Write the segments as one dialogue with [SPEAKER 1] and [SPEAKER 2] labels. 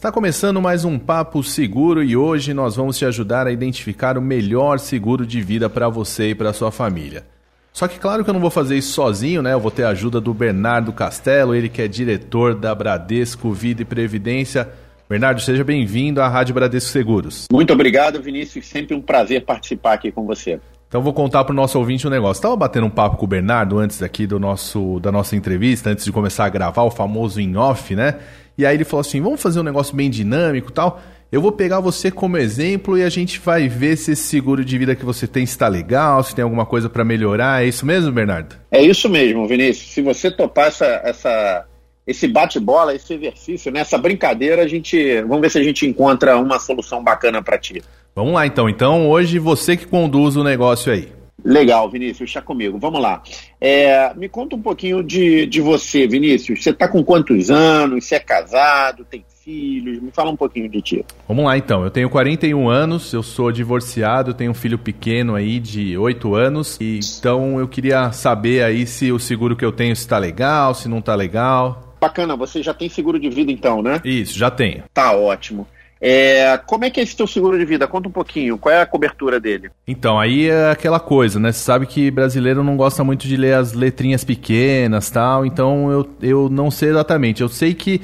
[SPEAKER 1] Está começando mais um Papo Seguro e hoje nós vamos te ajudar a identificar o melhor seguro de vida para você e para sua família. Só que claro que eu não vou fazer isso sozinho, né? Eu vou ter a ajuda do Bernardo Castelo, ele que é diretor da Bradesco Vida e Previdência. Bernardo, seja bem-vindo à Rádio Bradesco Seguros.
[SPEAKER 2] Muito obrigado, Vinícius. Sempre um prazer participar aqui com você.
[SPEAKER 1] Então vou contar para o nosso ouvinte um negócio. Estava batendo um papo com o Bernardo antes aqui da nossa entrevista, antes de começar a gravar, o famoso in off, né? E aí ele falou assim, vamos fazer um negócio bem dinâmico e tal. Eu vou pegar você como exemplo e a gente vai ver se esse seguro de vida que você tem está legal, se tem alguma coisa para melhorar. É isso mesmo, Bernardo?
[SPEAKER 2] É isso mesmo, Vinícius. Se você topar esse bate-bola, esse exercício, né, essa brincadeira, vamos ver se a gente encontra uma solução bacana para ti.
[SPEAKER 1] Vamos lá, então. Então, hoje você que conduz o negócio aí.
[SPEAKER 2] Legal, Vinícius, está comigo. Vamos lá. Me conta um pouquinho de você, Vinícius. Você está com quantos anos? Você é casado? Tem filhos? Me fala um pouquinho de ti.
[SPEAKER 1] Vamos lá, então. Eu tenho 41 anos, eu sou divorciado, tenho um filho pequeno aí de 8 anos. Então, eu queria saber aí se o seguro que eu tenho está legal, se não está legal.
[SPEAKER 2] Bacana, você já tem seguro de vida então, né?
[SPEAKER 1] Isso, já tenho.
[SPEAKER 2] Tá ótimo. Como é que é esse teu seguro de vida? Conta um pouquinho, qual é a cobertura dele?
[SPEAKER 1] Então, aí é aquela coisa, né? Você sabe que brasileiro não gosta muito de ler as letrinhas pequenas e tal, então eu não sei exatamente. Eu sei que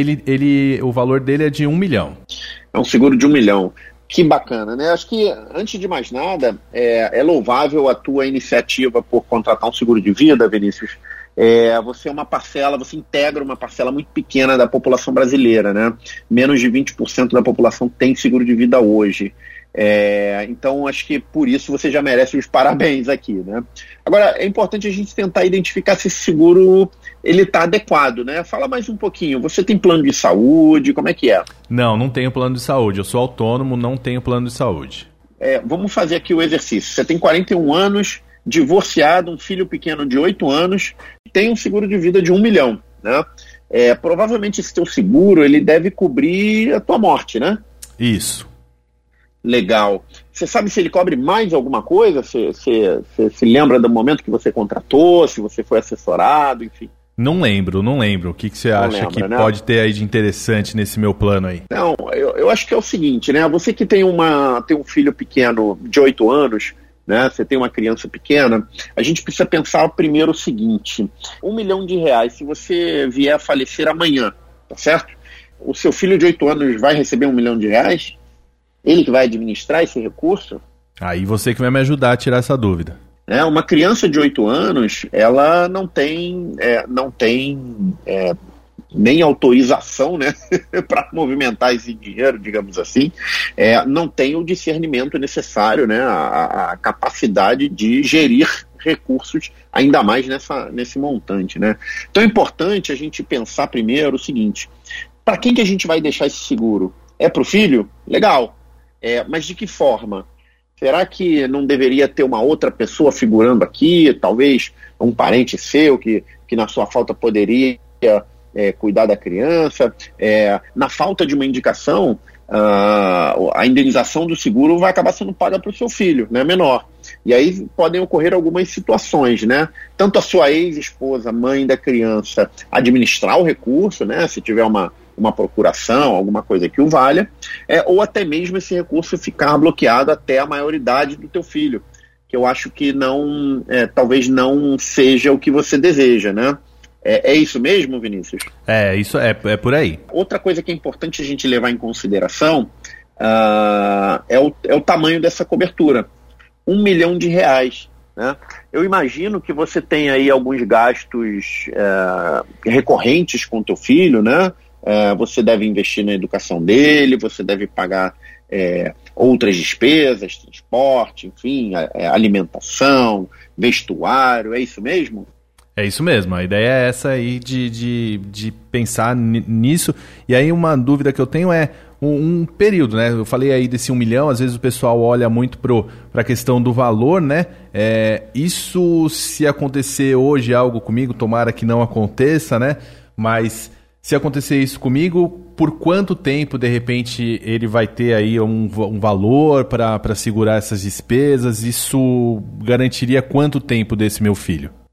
[SPEAKER 1] o valor dele é de 1 milhão.
[SPEAKER 2] É um seguro de 1 milhão. Que bacana, né? Acho que, antes de mais nada, é louvável a tua iniciativa por contratar um seguro de vida, Vinícius. Você você integra uma parcela muito pequena da população brasileira, né? Menos de 20% da população tem seguro de vida hoje. Então, acho que por isso você já merece os parabéns aqui, né? Agora, é importante a gente tentar identificar se esse seguro está adequado, né? Fala mais um pouquinho. Você tem plano de saúde? Como é que é?
[SPEAKER 1] Não tenho plano de saúde. Eu sou autônomo, não tenho plano de saúde.
[SPEAKER 2] Vamos fazer aqui o exercício. Você tem 41 anos, divorciado, um filho pequeno de 8 anos, tem um seguro de vida de 1 milhão, né? Provavelmente esse teu seguro, ele deve cobrir a tua morte, né?
[SPEAKER 1] Isso.
[SPEAKER 2] Legal. Você sabe se ele cobre mais alguma coisa? Você se lembra do momento que você contratou, se você foi assessorado, enfim?
[SPEAKER 1] Não lembro. O que você acha que pode ter aí de interessante nesse meu plano aí?
[SPEAKER 2] Não, eu acho que é o seguinte, né? Você que tem um filho pequeno de 8 anos, né? Você tem uma criança pequena, a gente precisa pensar primeiro o seguinte: R$1 milhão, se você vier a falecer amanhã, tá certo? O seu filho de 8 anos vai receber R$1 milhão? Ele que vai administrar esse recurso?
[SPEAKER 1] Aí você que vai me ajudar a tirar essa dúvida.
[SPEAKER 2] Uma criança de 8 anos, ela não tem nem autorização, né, para movimentar esse dinheiro, digamos assim, não tem o discernimento necessário, né, a capacidade de gerir recursos, ainda mais nesse montante, né. Então é importante a gente pensar primeiro o seguinte: para quem que a gente vai deixar esse seguro? É para o filho? Legal. Mas de que forma? Será que não deveria ter uma outra pessoa figurando aqui, talvez um parente seu que na sua falta poderia cuidar da criança? Na falta de uma indicação, a indenização do seguro vai acabar sendo paga para o seu filho, né, menor. E aí podem ocorrer algumas situações, né? Tanto a sua ex-esposa, mãe da criança, administrar o recurso, né, se tiver uma procuração, alguma coisa que o valha, ou até mesmo esse recurso ficar bloqueado até a maioridade do teu filho, que eu acho que talvez não seja o que você deseja, né? É isso mesmo, Vinícius?
[SPEAKER 1] Isso é por aí.
[SPEAKER 2] Outra coisa que é importante a gente levar em consideração é o tamanho dessa cobertura. R$1 milhão, né? Eu imagino que você tem aí alguns gastos recorrentes com o teu filho, né? Você deve investir na educação dele, você deve pagar outras despesas, transporte, enfim, alimentação, vestuário, é isso mesmo?
[SPEAKER 1] É isso mesmo, a ideia é essa aí de pensar nisso. E aí uma dúvida que eu tenho é um período, né? Eu falei aí desse 1 milhão, às vezes o pessoal olha muito para a questão do valor, né? Isso, se acontecer hoje algo comigo, tomara que não aconteça, né? Mas se acontecer isso comigo, por quanto tempo, de repente, ele vai ter aí um valor para segurar essas despesas? Isso garantiria quanto tempo desse meu filho?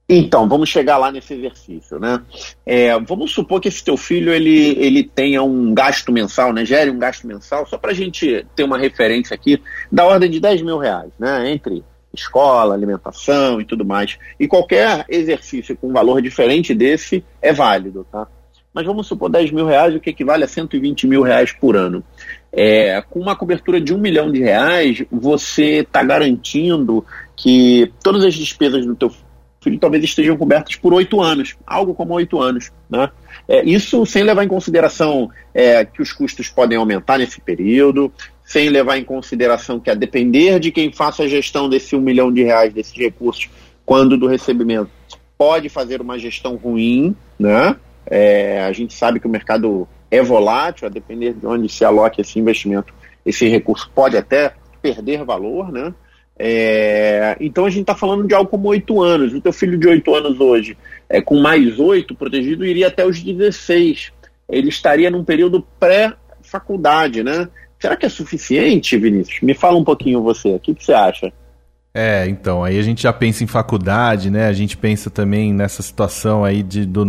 [SPEAKER 2] Então, vamos chegar lá nesse exercício, né? Vamos supor que esse teu filho ele tenha um gasto mensal, né? Gere um gasto mensal, só para a gente ter uma referência aqui, da ordem de R$ 10.000, né? Entre escola, alimentação e tudo mais. E qualquer exercício com um valor diferente desse é válido, tá? Mas vamos supor R$ 10.000, o que equivale a R$ 120 mil por ano. Com uma cobertura de R$ 1 milhão, você está garantindo que todas as despesas do teu filho talvez estejam cobertas por 8 anos, algo como 8 anos, né? Isso sem levar em consideração que os custos podem aumentar nesse período, sem levar em consideração que, a depender de quem faça a gestão desse R$ 1 milhão, desses recursos, quando do recebimento, pode fazer uma gestão ruim, né? A gente sabe que o mercado é volátil, a depender de onde se aloque esse investimento, esse recurso pode até perder valor, né? Então a gente está falando de algo como 8 anos. O teu filho de 8 anos hoje, com mais 8 protegido, iria até os 16. Ele estaria num período pré-faculdade, né? Será que é suficiente, Vinícius? Me fala um pouquinho você, o que você acha?
[SPEAKER 1] Então, aí a gente já pensa em faculdade, né? A gente pensa também nessa situação aí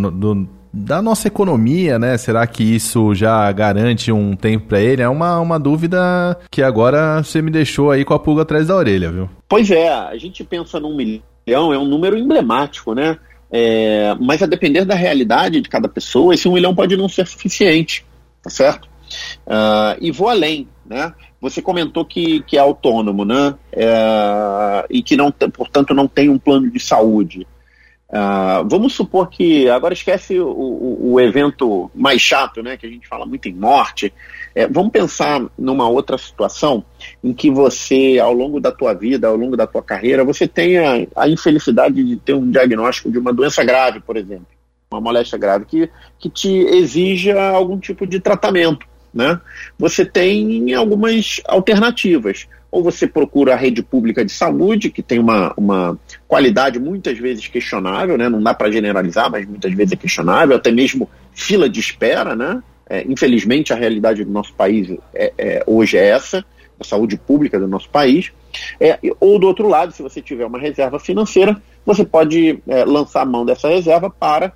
[SPEAKER 1] da nossa economia, né? Será que isso já garante um tempo para ele? É uma dúvida que agora você me deixou aí com a pulga atrás da orelha, viu?
[SPEAKER 2] Pois é, a gente pensa num milhão, é um número emblemático, né? Mas a depender da realidade de cada pessoa, esse 1 milhão pode não ser suficiente, tá certo? E vou além, né? Você comentou que é autônomo, né? E que, portanto, não tem um plano de saúde. Vamos supor que, agora esquece o evento mais chato, né, que a gente fala muito em morte. Vamos pensar numa outra situação em que você, ao longo da tua vida, ao longo da tua carreira, você tenha a infelicidade de ter um diagnóstico de uma doença grave, por exemplo, uma moléstia grave, que te exija algum tipo de tratamento, né? Você tem algumas alternativas. Ou você procura a rede pública de saúde, que tem uma qualidade muitas vezes questionável, né? Não dá para generalizar, mas muitas vezes é questionável, até mesmo fila de espera, né? Infelizmente, a realidade do nosso país hoje é essa, a saúde pública do nosso país. Ou do outro lado, se você tiver uma reserva financeira, você pode lançar a mão dessa reserva para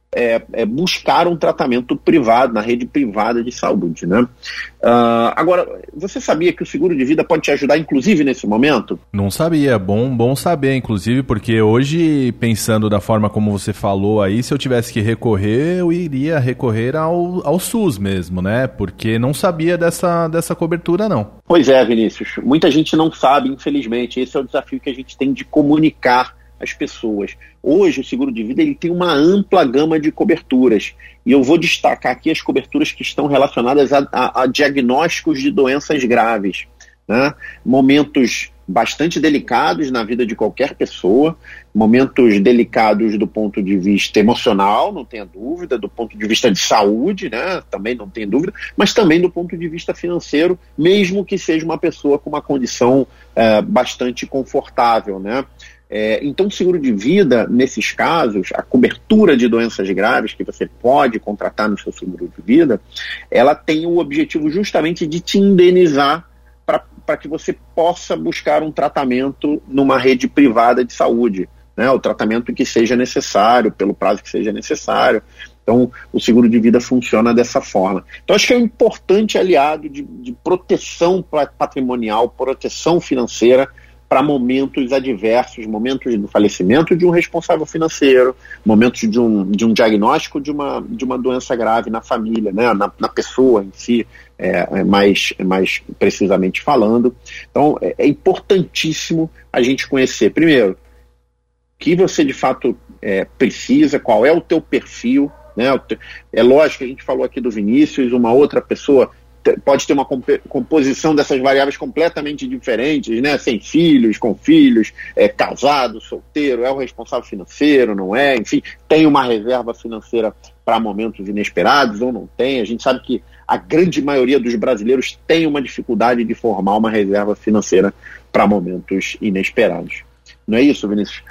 [SPEAKER 2] buscar um tratamento privado, na rede privada de saúde, né? Agora, você sabia que o seguro de vida pode te ajudar, inclusive, nesse momento?
[SPEAKER 1] Não sabia, bom saber, inclusive, porque hoje, pensando da forma como você falou aí, se eu tivesse que recorrer, eu iria recorrer ao SUS mesmo, né? Porque não sabia dessa cobertura, não.
[SPEAKER 2] Pois é, Vinícius, muita gente não sabe, infelizmente, esse é o desafio que a gente tem de comunicar as pessoas. Hoje o seguro de vida ele tem uma ampla gama de coberturas, e eu vou destacar aqui as coberturas que estão relacionadas a diagnósticos de doenças graves, né? Momentos bastante delicados na vida de qualquer pessoa, momentos delicados do ponto de vista emocional, não tenha dúvida, do ponto de vista de saúde, né? Também não tenha dúvida, mas também do ponto de vista financeiro, mesmo que seja uma pessoa com uma condição bastante confortável, né? Então, o seguro de vida, nesses casos, a cobertura de doenças graves que você pode contratar no seu seguro de vida, ela tem o objetivo justamente de te indenizar para que você possa buscar um tratamento numa rede privada de saúde, né? O tratamento que seja necessário, pelo prazo que seja necessário. Então, o seguro de vida funciona dessa forma. Então, acho que é um importante aliado de proteção patrimonial, proteção financeira, para momentos adversos, momentos do falecimento de um responsável financeiro, momentos de um diagnóstico de uma doença grave na família, né, na pessoa em si, mais precisamente falando. Então, é importantíssimo a gente conhecer, primeiro, o que você de fato precisa, qual é o teu perfil, né? É lógico que a gente falou aqui do Vinícius, uma outra pessoa pode ter uma composição dessas variáveis completamente diferentes, né? Sem filhos, com filhos, casado, solteiro, é o responsável financeiro, não é? Enfim, tem uma reserva financeira para momentos inesperados ou não tem. A gente sabe que a grande maioria dos brasileiros tem uma dificuldade de formar uma reserva financeira para momentos inesperados. Não é isso, Vinícius?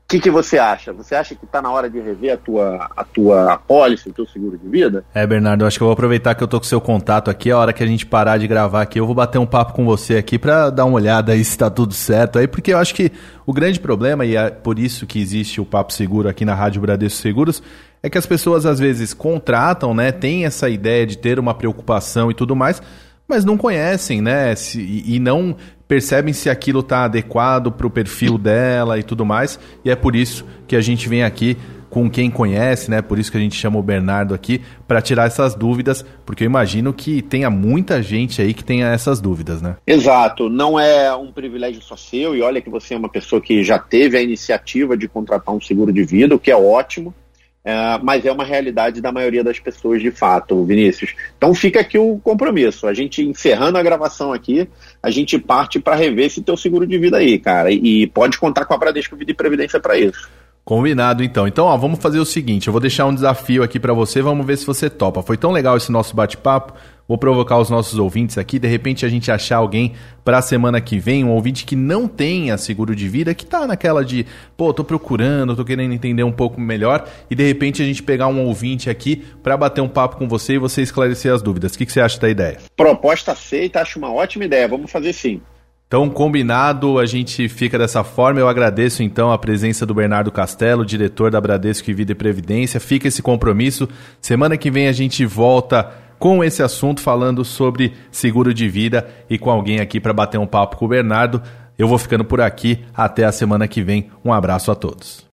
[SPEAKER 2] que você acha? Você acha que está na hora de rever a tua apólice, o teu seguro de vida?
[SPEAKER 1] Bernardo, eu acho que eu vou aproveitar que eu tô com o seu contato aqui, a hora que a gente parar de gravar aqui, eu vou bater um papo com você aqui para dar uma olhada aí se tá tudo certo aí, porque eu acho que o grande problema, e é por isso que existe o Papo Seguro aqui na Rádio Bradesco Seguros, é que as pessoas às vezes contratam, né, tem essa ideia de ter uma preocupação e tudo mais, mas não conhecem, né, e não percebem se aquilo está adequado para o perfil dela e tudo mais, e é por isso que a gente vem aqui com quem conhece, né, por isso que a gente chama o Bernardo aqui, para tirar essas dúvidas, porque eu imagino que tenha muita gente aí que tenha essas dúvidas, né?
[SPEAKER 2] Exato, não é um privilégio só seu, e olha que você é uma pessoa que já teve a iniciativa de contratar um seguro de vida, o que é ótimo, mas é uma realidade da maioria das pessoas de fato, Vinícius. Então fica aqui o compromisso. A gente, encerrando a gravação aqui, a gente parte para rever esse teu seguro de vida aí, cara. E pode contar com a Bradesco Vida e Previdência para isso.
[SPEAKER 1] Combinado, então. Então, ó, vamos fazer o seguinte, eu vou deixar um desafio aqui para você, vamos ver se você topa. Foi tão legal esse nosso bate-papo, vou provocar os nossos ouvintes aqui, de repente a gente achar alguém para a semana que vem, um ouvinte que não tenha seguro de vida, que tá naquela de, pô, tô procurando, tô querendo entender um pouco melhor, e de repente a gente pegar um ouvinte aqui para bater um papo com você e você esclarecer as dúvidas. O que você acha da ideia?
[SPEAKER 2] Proposta aceita, acho uma ótima ideia, vamos fazer sim.
[SPEAKER 1] Então, combinado, a gente fica dessa forma. Eu agradeço, então, a presença do Bernardo Castelo, diretor da Bradesco Vida e Previdência. Fica esse compromisso. Semana que vem a gente volta com esse assunto, falando sobre seguro de vida e com alguém aqui para bater um papo com o Bernardo. Eu vou ficando por aqui. Até a semana que vem. Um abraço a todos.